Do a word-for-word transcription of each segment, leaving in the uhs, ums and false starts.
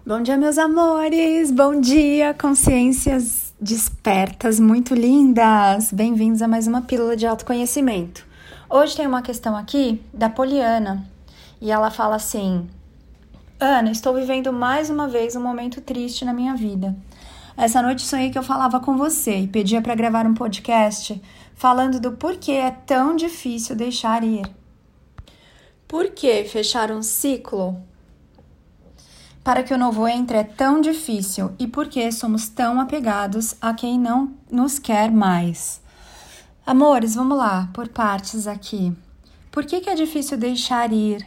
Bom dia, meus amores! Bom dia, consciências despertas, muito lindas! Bem-vindos a mais uma pílula de autoconhecimento. Hoje tem uma questão aqui da Poliana e ela fala assim: Ana, estou vivendo mais uma vez um momento triste na minha vida. Essa noite sonhei que eu falava com você e pedia para gravar um podcast falando do porquê é tão difícil deixar ir. Por que fechar um ciclo para que o novo entre é tão difícil e por que somos tão apegados a quem não nos quer mais? Amores, vamos lá, por partes aqui. Por que que é difícil deixar ir?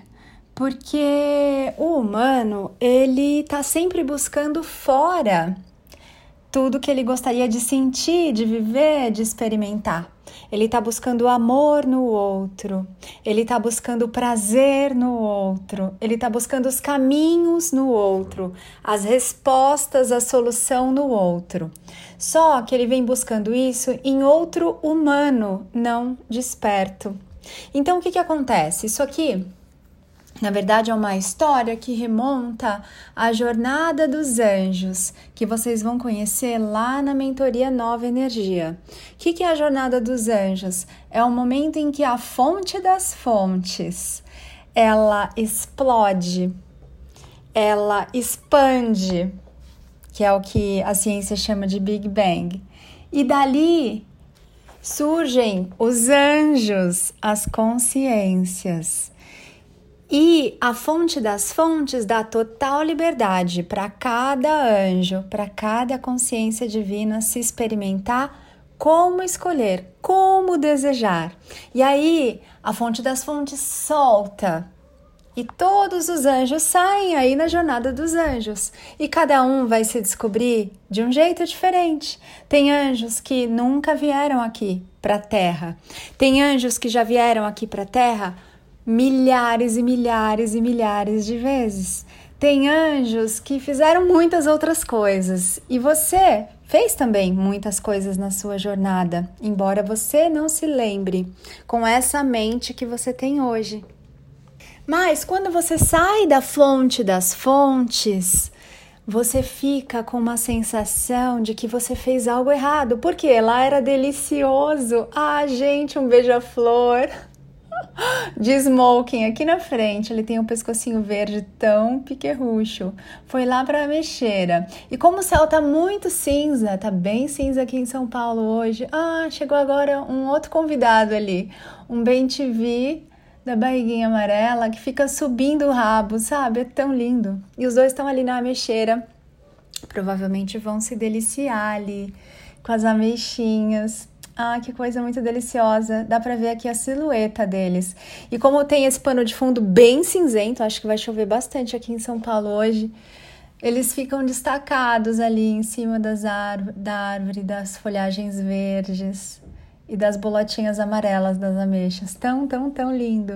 Porque o humano, ele tá sempre buscando fora tudo que ele gostaria de sentir, de viver, de experimentar. Ele está buscando amor no outro, ele está buscando prazer no outro, ele está buscando os caminhos no outro, as respostas, a solução no outro. Só que ele vem buscando isso em outro humano, não desperto. Então, o que que acontece? Isso aqui, na verdade, é uma história que remonta à jornada dos anjos, que vocês vão conhecer lá na mentoria Nova Energia. O que que é a jornada dos anjos? É o momento em que a fonte das fontes, ela explode, ela expande, que é o que a ciência chama de Big Bang. E dali surgem os anjos, as consciências. E a fonte das fontes dá total liberdade para cada anjo, para cada consciência divina se experimentar como escolher, como desejar. E aí a fonte das fontes solta e todos os anjos saem aí na jornada dos anjos. E cada um vai se descobrir de um jeito diferente. Tem anjos que nunca vieram aqui para a Terra. Tem anjos que já vieram aqui para a Terra milhares e milhares e milhares de vezes. Tem anjos que fizeram muitas outras coisas e você fez também muitas coisas na sua jornada, embora você não se lembre com essa mente que você tem hoje. Mas quando você sai da fonte das fontes, você fica com uma sensação de que você fez algo errado, porque lá era delicioso. Ah, gente, um beija-flor de smoking aqui na frente, ele tem um pescocinho verde tão piquerrucho, foi lá para a Mexeira. E como o céu tá muito cinza, tá bem cinza aqui em São Paulo hoje, ah, chegou agora um outro convidado ali, um bem-te vi da barriguinha amarela que fica subindo o rabo, sabe? É tão lindo. E os dois estão ali na ameixeira, provavelmente vão se deliciar ali com as ameixinhas. Ah, que coisa muito deliciosa. Dá pra ver aqui a silhueta deles. E como tem esse pano de fundo bem cinzento, acho que vai chover bastante aqui em São Paulo hoje, eles ficam destacados ali em cima das árvore, da árvore, das folhagens verdes e das bolotinhas amarelas das ameixas. Tão, tão, tão lindo.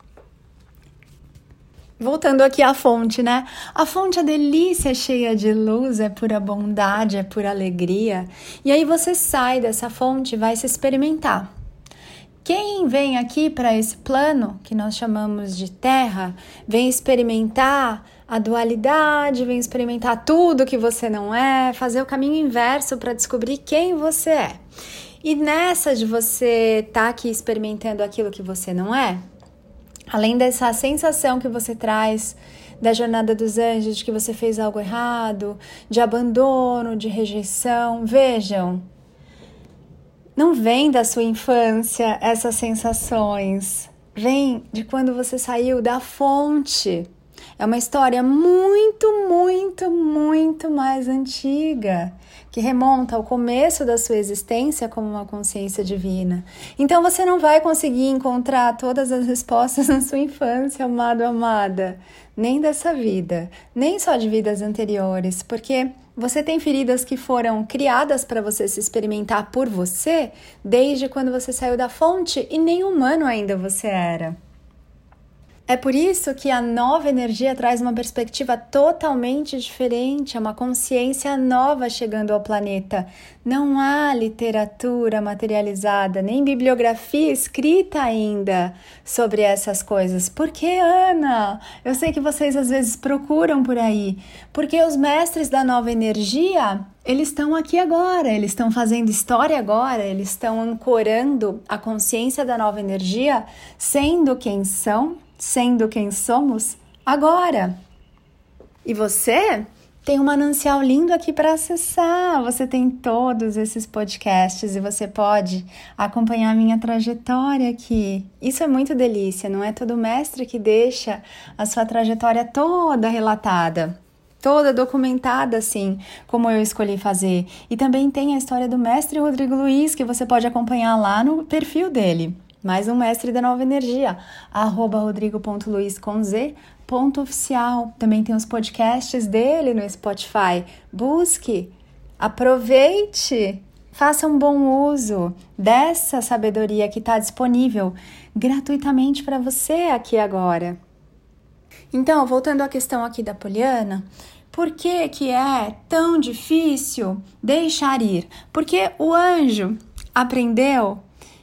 Voltando aqui à fonte, né? A fonte é delícia, cheia de luz, é pura bondade, é pura alegria. E aí você sai dessa fonte e vai se experimentar. Quem vem aqui para esse plano, que nós chamamos de Terra, vem experimentar a dualidade, vem experimentar tudo que você não é, fazer o caminho inverso para descobrir quem você é. E nessa de você estar tá aqui experimentando aquilo que você não é, além dessa sensação que você traz da jornada dos anjos, de que você fez algo errado, de abandono, de rejeição, vejam, não vem da sua infância essas sensações, vem de quando você saiu da fonte. É uma história muito, muito, muito mais antiga, que remonta ao começo da sua existência como uma consciência divina. Então você não vai conseguir encontrar todas as respostas na sua infância, amado, amada, nem dessa vida, nem só de vidas anteriores, porque você tem feridas que foram criadas para você se experimentar por você desde quando você saiu da fonte e nem humano ainda você era. É por isso que a nova energia traz uma perspectiva totalmente diferente, é uma consciência nova chegando ao planeta. Não há literatura materializada, nem bibliografia escrita ainda sobre essas coisas. Por que, Ana? Eu sei que vocês às vezes procuram por aí. Porque os mestres da nova energia, eles estão aqui agora, eles estão fazendo história agora, eles estão ancorando a consciência da nova energia, sendo quem são, sendo quem somos agora. E você tem um manancial lindo aqui para acessar. Você tem todos esses podcasts e você pode acompanhar a minha trajetória aqui. Isso é muito delícia, não é todo mestre que deixa a sua trajetória toda relatada, toda documentada assim, como eu escolhi fazer. E também tem a história do mestre Rodrigo Luiz, que você pode acompanhar lá no perfil dele. Mais um mestre da nova energia, arroba rodrigo.luiz com Z, ponto oficial. Também tem os podcasts dele no Spotify. Busque, aproveite, faça um bom uso dessa sabedoria que está disponível gratuitamente para você aqui agora. Então, voltando à questão aqui da Poliana, por que que é tão difícil deixar ir? Porque o anjo aprendeu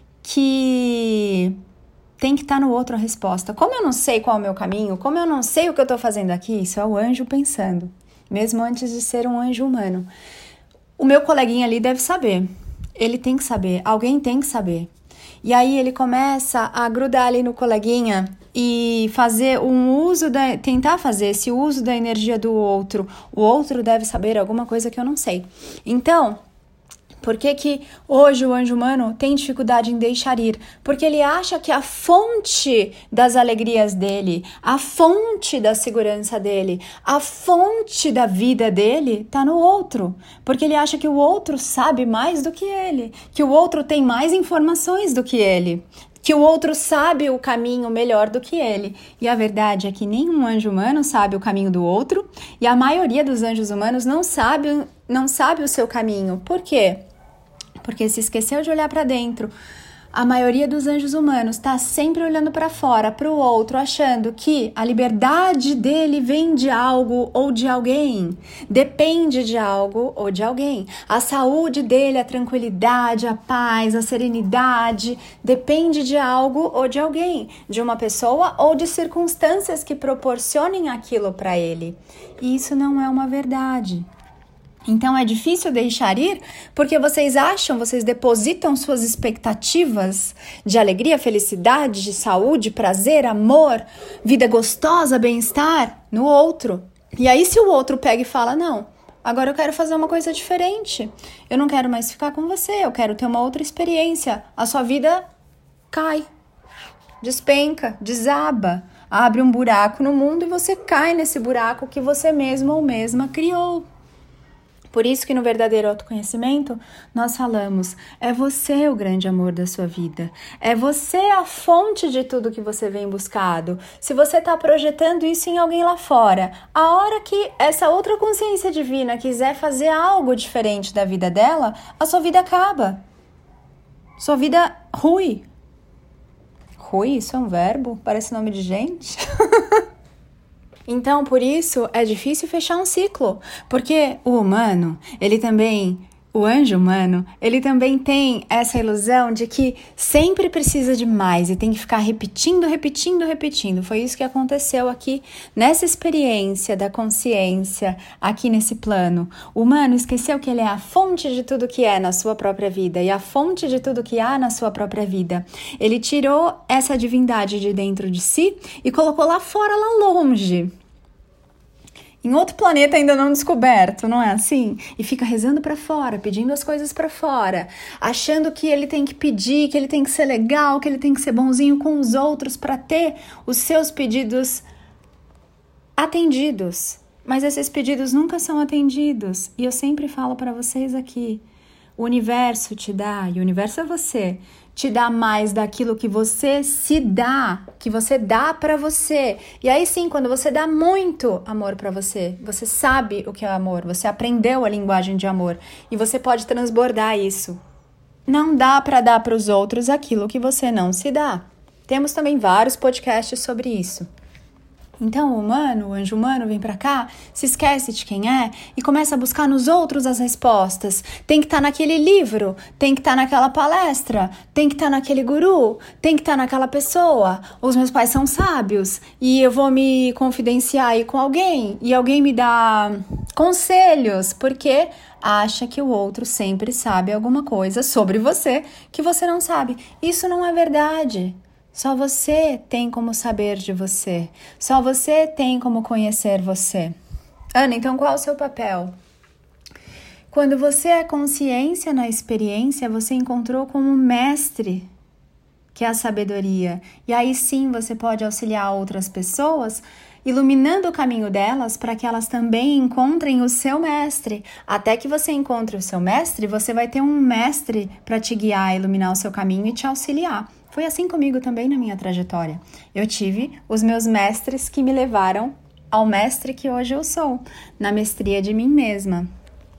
que tem que estar no outro a resposta. Como eu não sei qual é o meu caminho, como eu não sei o que eu estou fazendo aqui, isso é o anjo pensando, mesmo antes de ser um anjo humano. O meu coleguinha ali deve saber, ele tem que saber, alguém tem que saber. E aí ele começa a grudar ali no coleguinha e fazer um uso, da, tentar fazer esse uso da energia do outro. O outro deve saber alguma coisa que eu não sei. Então, por que que hoje o anjo humano tem dificuldade em deixar ir? Porque ele acha que a fonte das alegrias dele, a fonte da segurança dele, a fonte da vida dele está no outro. Porque ele acha que o outro sabe mais do que ele, que o outro tem mais informações do que ele, que o outro sabe o caminho melhor do que ele. E a verdade é que nenhum anjo humano sabe o caminho do outro e a maioria dos anjos humanos não sabe, não sabe o seu caminho. Por quê? Porque se esqueceu de olhar para dentro. A maioria dos anjos humanos está sempre olhando para fora, para o outro, achando que a liberdade dele vem de algo ou de alguém, depende de algo ou de alguém. A saúde dele, a tranquilidade, a paz, a serenidade, depende de algo ou de alguém, de uma pessoa ou de circunstâncias que proporcionem aquilo para ele. E isso não é uma verdade. Então é difícil deixar ir porque vocês acham, vocês depositam suas expectativas de alegria, felicidade, de saúde, prazer, amor, vida gostosa, bem-estar no outro. E aí se o outro pega e fala, não, agora eu quero fazer uma coisa diferente, eu não quero mais ficar com você, eu quero ter uma outra experiência, a sua vida cai, despenca, desaba, abre um buraco no mundo e você cai nesse buraco que você mesmo ou mesma criou. Por isso que no verdadeiro autoconhecimento nós falamos, é você o grande amor da sua vida, é você a fonte de tudo que você vem buscado. Se você está projetando isso em alguém lá fora, a hora que essa outra consciência divina quiser fazer algo diferente da vida dela, a sua vida acaba, sua vida rui. Rui, isso é um verbo? Parece nome de gente? Então, por isso, é difícil fechar um ciclo, porque o humano, ele também, o anjo humano, ele também tem essa ilusão de que sempre precisa de mais e tem que ficar repetindo, repetindo, repetindo. Foi isso que aconteceu aqui nessa experiência da consciência, aqui nesse plano. O humano esqueceu que ele é a fonte de tudo que é na sua própria vida e a fonte de tudo que há na sua própria vida. Ele tirou essa divindade de dentro de si e colocou lá fora, lá longe, em outro planeta ainda não descoberto, não é assim? E fica rezando para fora, pedindo as coisas para fora, achando que ele tem que pedir, que ele tem que ser legal, que ele tem que ser bonzinho com os outros para ter os seus pedidos atendidos. Mas esses pedidos nunca são atendidos. E eu sempre falo para vocês aqui, o universo te dá, e o universo é você, te dá mais daquilo que você se dá, que você dá para você. E aí sim, quando você dá muito amor para você, você sabe o que é amor, você aprendeu a linguagem de amor e você pode transbordar isso. Não dá para dar para os outros aquilo que você não se dá. Temos também vários podcasts sobre isso. Então o humano, o anjo humano vem pra cá, se esquece de quem é e começa a buscar nos outros as respostas. Tem que estar tá naquele livro, tem que estar tá naquela palestra, tem que estar tá naquele guru, tem que estar tá naquela pessoa. Os meus pais são sábios e eu vou me confidenciar aí com alguém e alguém me dá conselhos, porque acha que o outro sempre sabe alguma coisa sobre você que você não sabe. Isso não é verdade. Só você tem como saber de você. Só você tem como conhecer você. Ana, então qual é o seu papel? Quando você é consciência na experiência, você encontrou como mestre, que é a sabedoria. E aí sim você pode auxiliar outras pessoas, iluminando o caminho delas para que elas também encontrem o seu mestre. Até que você encontre o seu mestre, você vai ter um mestre para te guiar, iluminar o seu caminho e te auxiliar. Foi assim comigo também na minha trajetória. Eu tive os meus mestres que me levaram ao mestre que hoje eu sou, na mestria de mim mesma.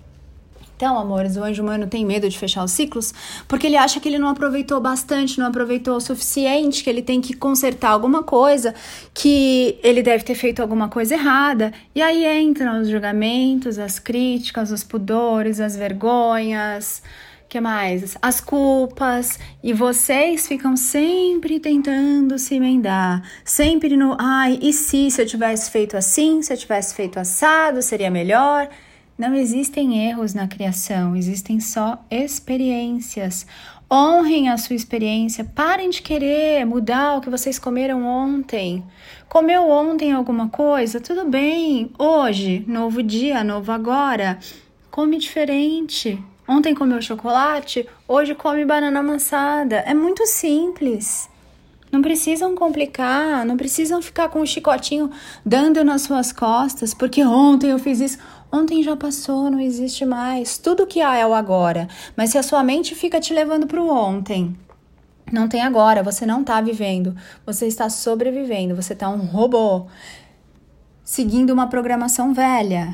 Então, amores, o anjo humano tem medo de fechar os ciclos porque ele acha que ele não aproveitou bastante, não aproveitou o suficiente, que ele tem que consertar alguma coisa, que ele deve ter feito alguma coisa errada. E aí entram os julgamentos, as críticas, os pudores, as vergonhas... que mais? As culpas, e vocês ficam sempre tentando se emendar, sempre no, ai, e se, se eu tivesse feito assim, se eu tivesse feito assado, seria melhor? Não existem erros na criação, existem só experiências. Honrem a sua experiência, parem de querer mudar o que vocês comeram ontem. Comeu ontem alguma coisa? Tudo bem, hoje, novo dia, novo agora, come diferente. Ontem comeu chocolate, hoje come banana amassada. É muito simples. Não precisam complicar, não precisam ficar com o chicotinho dando nas suas costas, porque ontem eu fiz isso. Ontem já passou, não existe mais. Tudo que há é o agora. Mas se a sua mente fica te levando para o ontem, não tem agora, você não está vivendo. Você está sobrevivendo, você está um robô, seguindo uma programação velha.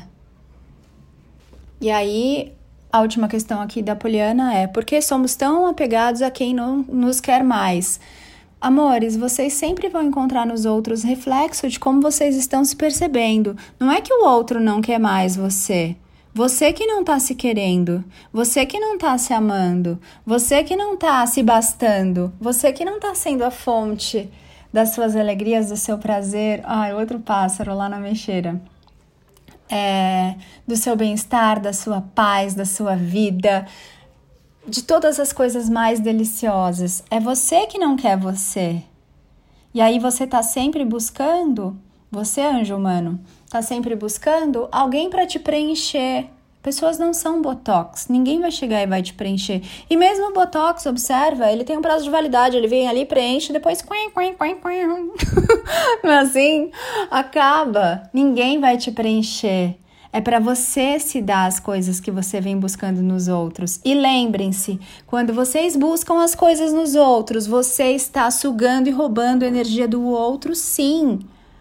E aí... a última questão aqui da Poliana é: por que somos tão apegados a quem não nos quer mais? Amores, vocês sempre vão encontrar nos outros reflexo de como vocês estão se percebendo. Não é que o outro não quer mais você. Você que não tá se querendo. Você que não tá se amando. Você que não tá se bastando. Você que não tá sendo a fonte das suas alegrias, do seu prazer. Ai, outro pássaro lá na mexeira. É, do seu bem-estar, da sua paz, da sua vida, de todas as coisas mais deliciosas. É você que não quer você. E aí você tá sempre buscando, você, anjo humano, tá sempre buscando alguém para te preencher. Pessoas não são botox, ninguém vai chegar e vai te preencher. E mesmo o botox, observa, ele tem um prazo de validade, ele vem ali, preenche, depois quen, quen, quen, quen. Não é assim? Acaba. Ninguém vai te preencher. É para você se dar as coisas que você vem buscando nos outros. E lembrem-se, quando vocês buscam as coisas nos outros, você está sugando e roubando a energia do outro, sim.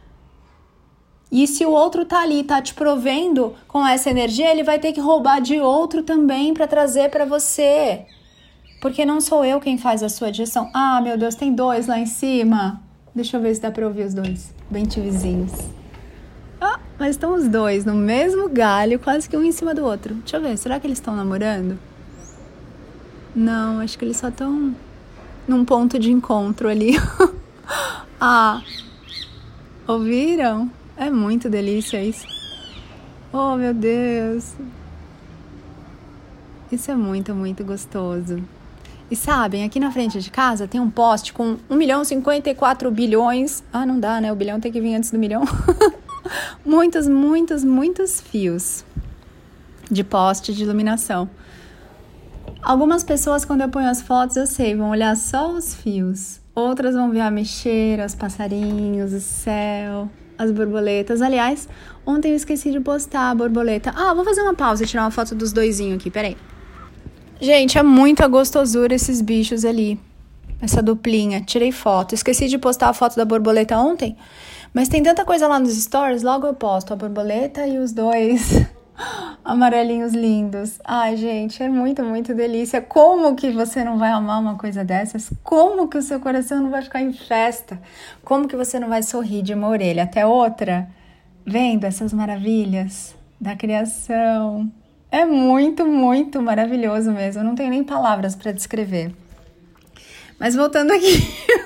E se o outro tá ali, tá te provendo com essa energia, ele vai ter que roubar de outro também para trazer para você. Porque não sou eu quem faz a sua digestão. Ah, meu Deus, tem dois lá em cima. Deixa eu ver se dá para ouvir os dois. Bem vizinhos. Ah, mas estão os dois no mesmo galho, quase que um em cima do outro. Deixa eu ver, será que eles estão namorando? Não, acho que eles só estão num ponto de encontro ali. Ah, ouviram? É muito delícia isso. Oh, meu Deus. Isso é muito, muito gostoso. E sabem, aqui na frente de casa tem um poste com um milhão e cinquenta e quatro bilhões. Ah, não dá, né? O bilhão tem que vir antes do milhão. Muitos, muitos, muitos fios de poste de iluminação. Algumas pessoas, quando eu ponho as fotos, eu sei, vão olhar só os fios. Outras vão ver a mexeira, os passarinhos, o céu, as borboletas. Aliás, ontem eu esqueci de postar a borboleta. Ah, vou fazer uma pausa e tirar uma foto dos doisinhos aqui, peraí. Gente, é muita gostosura esses bichos ali. Essa duplinha. Tirei foto. Esqueci de postar a foto da borboleta ontem. Mas tem tanta coisa lá nos stories, logo eu posto a borboleta e os dois Amarelinhos lindos. Ai, gente, é muito, muito delícia. Como que você não vai amar uma coisa dessas? Como que o seu coração não vai ficar em festa? Como que você não vai sorrir de uma orelha até outra, vendo essas maravilhas da criação? É muito, muito maravilhoso mesmo. Eu não tenho nem palavras para descrever. Mas voltando aqui.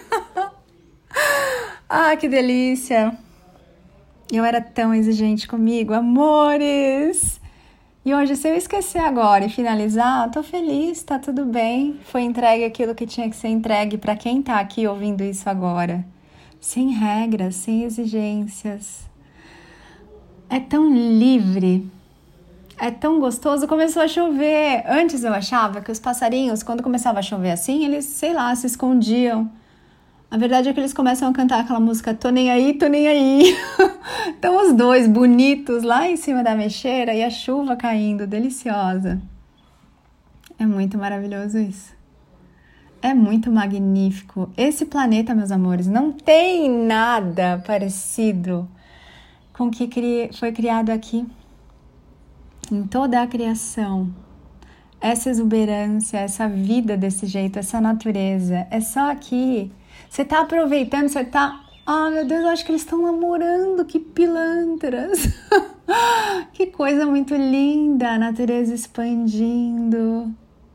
Ah, que delícia. Eu era tão exigente comigo, amores. E hoje, se eu esquecer agora e finalizar, tô feliz, tá tudo bem. Foi entregue aquilo que tinha que ser entregue para quem tá aqui ouvindo isso agora. Sem regras, sem exigências. É tão livre. É tão gostoso. Começou a chover. Antes eu achava que os passarinhos, quando começava a chover assim, eles, sei lá, se escondiam. A verdade é que eles começam a cantar aquela música Tô nem aí, tô nem aí. Então os dois bonitos lá em cima da mexeira e a chuva caindo, deliciosa. É muito maravilhoso isso. É muito magnífico. Esse planeta, meus amores, não tem nada parecido com o que foi criado aqui. Em toda a criação. Essa exuberância, essa vida desse jeito, essa natureza. É só aqui. Você tá aproveitando, você tá... Ah, meu Deus, eu acho que eles estão namorando, que pilantras. Que coisa muito linda, a natureza expandindo.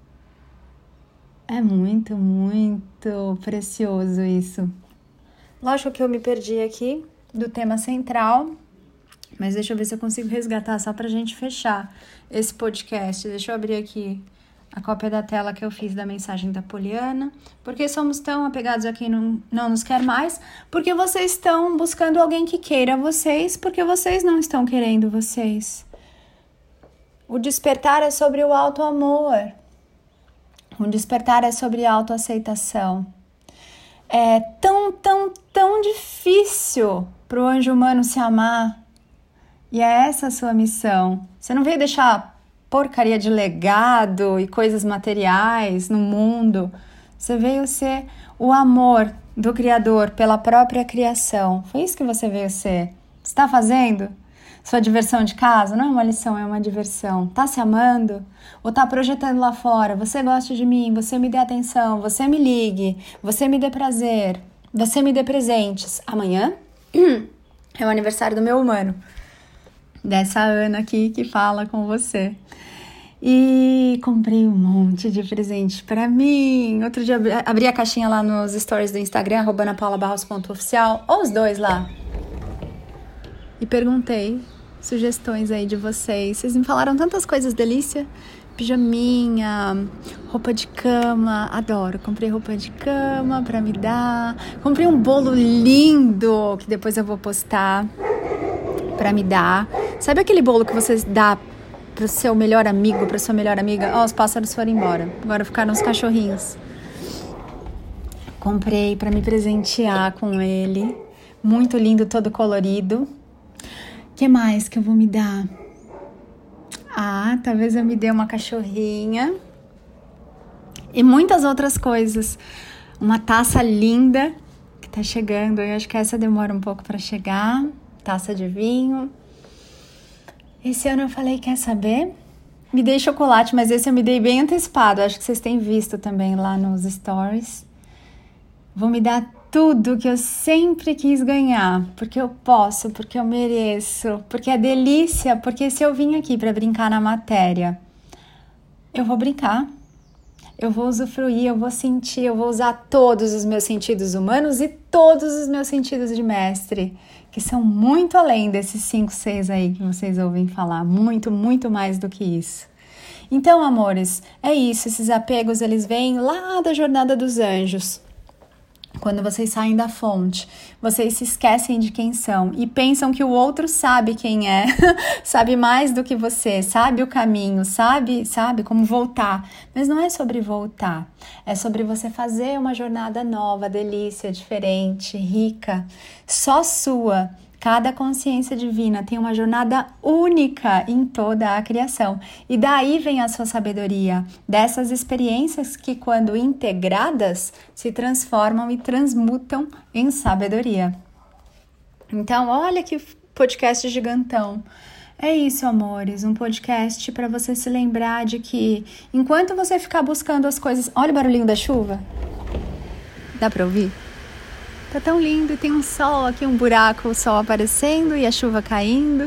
É muito, muito precioso isso. Lógico que eu me perdi aqui do tema central, mas deixa eu ver se eu consigo resgatar só pra gente fechar esse podcast. Deixa eu abrir aqui a cópia da tela que eu fiz da mensagem da Poliana. Porque somos tão apegados a quem não, não nos quer mais? Porque vocês estão buscando alguém que queira vocês, porque vocês não estão querendo vocês. O despertar é sobre o auto-amor. O despertar é sobre autoaceitação. É tão, tão, tão difícil pro anjo humano se amar. E é essa a sua missão. Você não veio deixar porcaria de legado e coisas materiais no mundo. Você veio ser o amor do Criador pela própria criação. Foi isso que você veio ser. Você está fazendo? Sua diversão de casa não é uma lição, é uma diversão. Tá se amando? Ou tá projetando lá fora? Você gosta de mim, você me dê atenção, você me ligue, você me dê prazer, você me dê presentes. Amanhã é o aniversário do meu humano. Dessa Ana aqui que fala com você. E comprei um monte de presente pra mim. Outro dia abri, abri a caixinha lá nos stories do Instagram, arroba ana paula barros ponto oficial, ou os dois lá. E perguntei sugestões aí de vocês. Vocês me falaram tantas coisas delícia. Pijaminha, roupa de cama, adoro. Comprei roupa de cama pra me dar. Comprei um bolo lindo, que depois eu vou postar, pra me dar. Sabe aquele bolo que você dá pro seu melhor amigo, pra sua melhor amiga? Ó, oh, os pássaros foram embora. Agora ficaram os cachorrinhos. Comprei pra me presentear com ele. Muito lindo, todo colorido. O que mais que eu vou me dar? Ah, talvez eu me dê uma cachorrinha. E muitas outras coisas. Uma taça linda que tá chegando. Eu acho que essa demora um pouco pra chegar. Taça de vinho. Esse ano eu falei, quer saber? Me dei chocolate, mas esse eu me dei bem antecipado. Acho que vocês têm visto também lá nos stories. Vou me dar tudo que eu sempre quis ganhar, porque eu posso, porque eu mereço, porque é delícia, porque se eu vim aqui para brincar na matéria, eu vou brincar, eu vou usufruir, eu vou sentir, eu vou usar todos os meus sentidos humanos e todos os meus sentidos de mestre, que são muito além desses cinco, seis aí que vocês ouvem falar, muito, muito mais do que isso. Então, amores, é isso, esses apegos, eles vêm lá da jornada dos anjos. Quando vocês saem da fonte, vocês se esquecem de quem são e pensam que o outro sabe quem é, sabe mais do que você, sabe o caminho, sabe, sabe como voltar. Mas não é sobre voltar, é sobre você fazer uma jornada nova, delícia, diferente, rica, só sua. Cada consciência divina tem uma jornada única em toda a criação. E daí vem a sua sabedoria, dessas experiências que, quando integradas, se transformam e transmutam em sabedoria. Então, olha que podcast gigantão. É isso, amores, um podcast para você se lembrar de que enquanto você ficar buscando as coisas... Olha o barulhinho da chuva. Dá para ouvir? Tá tão lindo, tem um sol aqui, um buraco, o sol aparecendo e a chuva caindo.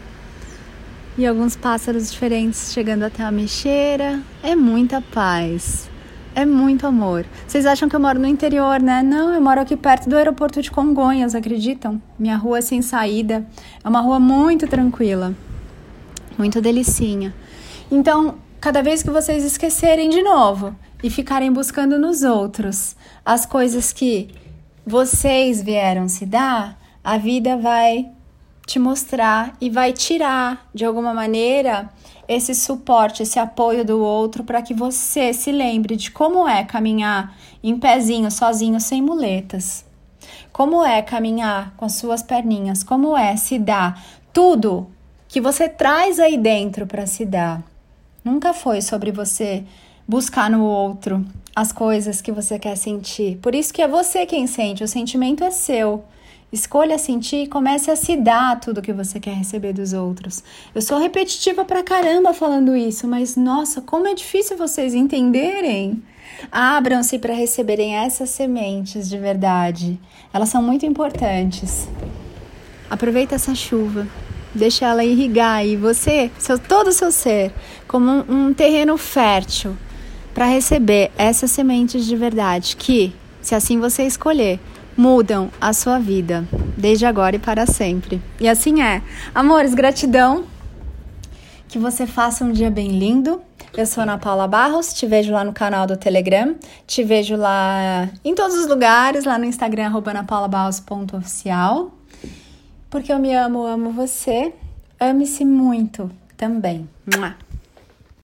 E alguns pássaros diferentes chegando até a ameixeira. É muita paz, é muito amor. Vocês acham que eu moro no interior, né? Não, eu moro aqui perto do aeroporto de Congonhas, acreditam? Minha rua é sem saída, é uma rua muito tranquila, muito delicinha. Então, cada vez que vocês esquecerem de novo e ficarem buscando nos outros as coisas que vocês vieram se dar, a vida vai te mostrar e vai tirar, de alguma maneira, esse suporte, esse apoio do outro para que você se lembre de como é caminhar em pezinho, sozinho, sem muletas. Como é caminhar com as suas perninhas, como é se dar tudo que você traz aí dentro para se dar. Nunca foi sobre você buscar no outro as coisas que você quer sentir. Por isso que é você quem sente, o sentimento é seu. Escolha sentir e comece a se dar tudo que você quer receber dos outros. Eu sou repetitiva pra caramba falando isso, mas nossa, como é difícil vocês entenderem. Abram-se para receberem essas sementes de verdade. Elas são muito importantes. Aproveita essa chuva, deixa ela irrigar aí você, seu, todo o seu ser, como um, um terreno fértil para receber essas sementes de verdade que, se assim você escolher, mudam a sua vida, desde agora e para sempre. E assim é. Amores, gratidão. Que você faça um dia bem lindo. Eu sou Ana Paula Barros, te vejo lá no canal do Telegram, te vejo lá em todos os lugares, lá no Instagram, arroba ana paula barros ponto oficial. Porque eu me amo, amo você. Ame-se muito também. Mua.